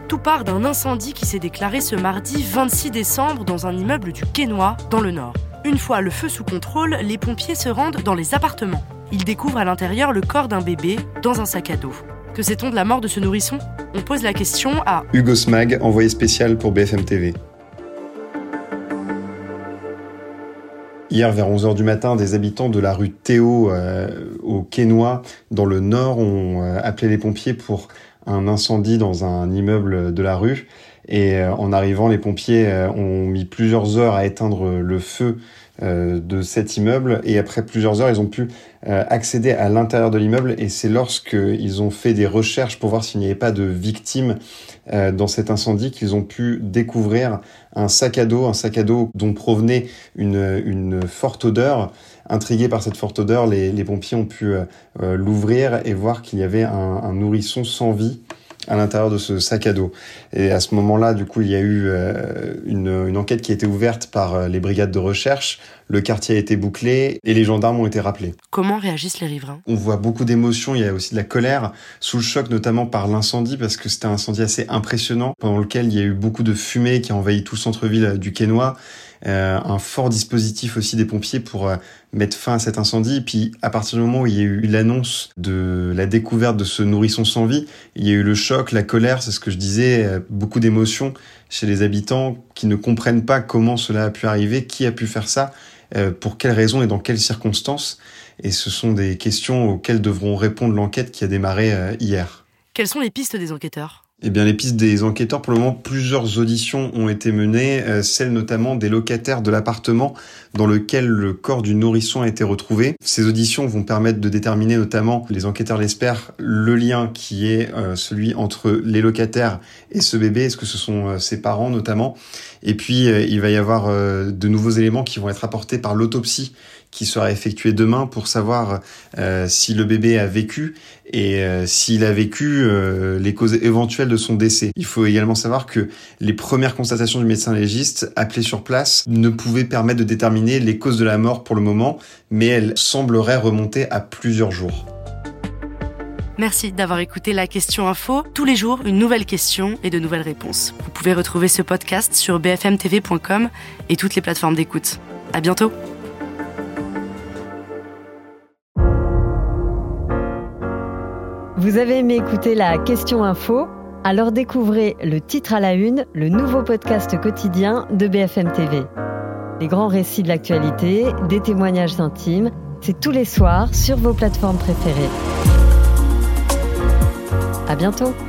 Tout part d'un incendie qui s'est déclaré ce mardi 26 décembre dans un immeuble du Quesnoy, dans le Nord. Une fois le feu sous contrôle, les pompiers se rendent dans les appartements. Ils découvrent à l'intérieur le corps d'un bébé dans un sac à dos. Que sait-on de la mort de ce nourrisson ? On pose la question à Hugo Smag, envoyé spécial pour BFM TV. Hier, vers 11h du matin, des habitants de la rue Théo au Quesnoy, dans le Nord, ont appelé les pompiers pour un incendie dans un immeuble de la rue. Et en arrivant, les pompiers ont mis plusieurs heures à éteindre le feu de cet immeuble. Et après plusieurs heures, ils ont pu accéder à l'intérieur de l'immeuble. Et c'est lorsqu'ils ont fait des recherches pour voir s'il n'y avait pas de victimes dans cet incendie qu'ils ont pu découvrir un sac à dos dont provenait une forte odeur. Intrigués par cette forte odeur, les pompiers ont pu l'ouvrir et voir qu'il y avait un nourrisson sans vie à l'intérieur de ce sac à dos. Et à ce moment-là, du coup, il y a eu une enquête qui a été ouverte par les brigades de recherche. Le quartier a été bouclé et les gendarmes ont été rappelés. comment réagissent les riverains ? On voit beaucoup d'émotions, il y a aussi de la colère, sous le choc notamment par l'incendie, parce que c'était un incendie assez impressionnant, pendant lequel il y a eu beaucoup de fumée qui a envahi tout le centre-ville du Quesnoy. Un fort dispositif aussi des pompiers pour mettre fin à cet incendie. Et puis, à partir du moment où il y a eu l'annonce de la découverte de ce nourrisson sans vie, il y a eu le choc, la colère, c'est ce que je disais, beaucoup d'émotions chez les habitants qui ne comprennent pas comment cela a pu arriver, qui a pu faire ça, pour quelles raisons et dans quelles circonstances. Et ce sont des questions auxquelles devront répondre l'enquête qui a démarré hier. Quelles sont les pistes des enquêteurs ? Eh bien, les pistes des enquêteurs, pour le moment, plusieurs auditions ont été menées, celles notamment des locataires de l'appartement dans lequel le corps du nourrisson a été retrouvé. Ces auditions vont permettre de déterminer notamment, les enquêteurs l'espèrent, le lien qui est celui entre les locataires et ce bébé. Est-ce que ce sont ses parents notamment ? Et puis, il va y avoir de nouveaux éléments qui vont être apportés par l'autopsie qui sera effectuée demain pour savoir si le bébé a vécu et s'il a vécu, les causes éventuelles de son décès. Il faut également savoir que les premières constatations du médecin légiste appelé sur place ne pouvaient permettre de déterminer les causes de la mort pour le moment, mais elles sembleraient remonter à plusieurs jours. Merci d'avoir écouté la Question Info. Tous les jours, une nouvelle question et de nouvelles réponses. Vous pouvez retrouver ce podcast sur bfmtv.com et toutes les plateformes d'écoute. À bientôt. Vous avez aimé écouter la Question Info ? Alors découvrez le titre à la une, le nouveau podcast quotidien de BFM TV. Les grands récits de l'actualité, des témoignages intimes, c'est tous les soirs sur vos plateformes préférées. À bientôt.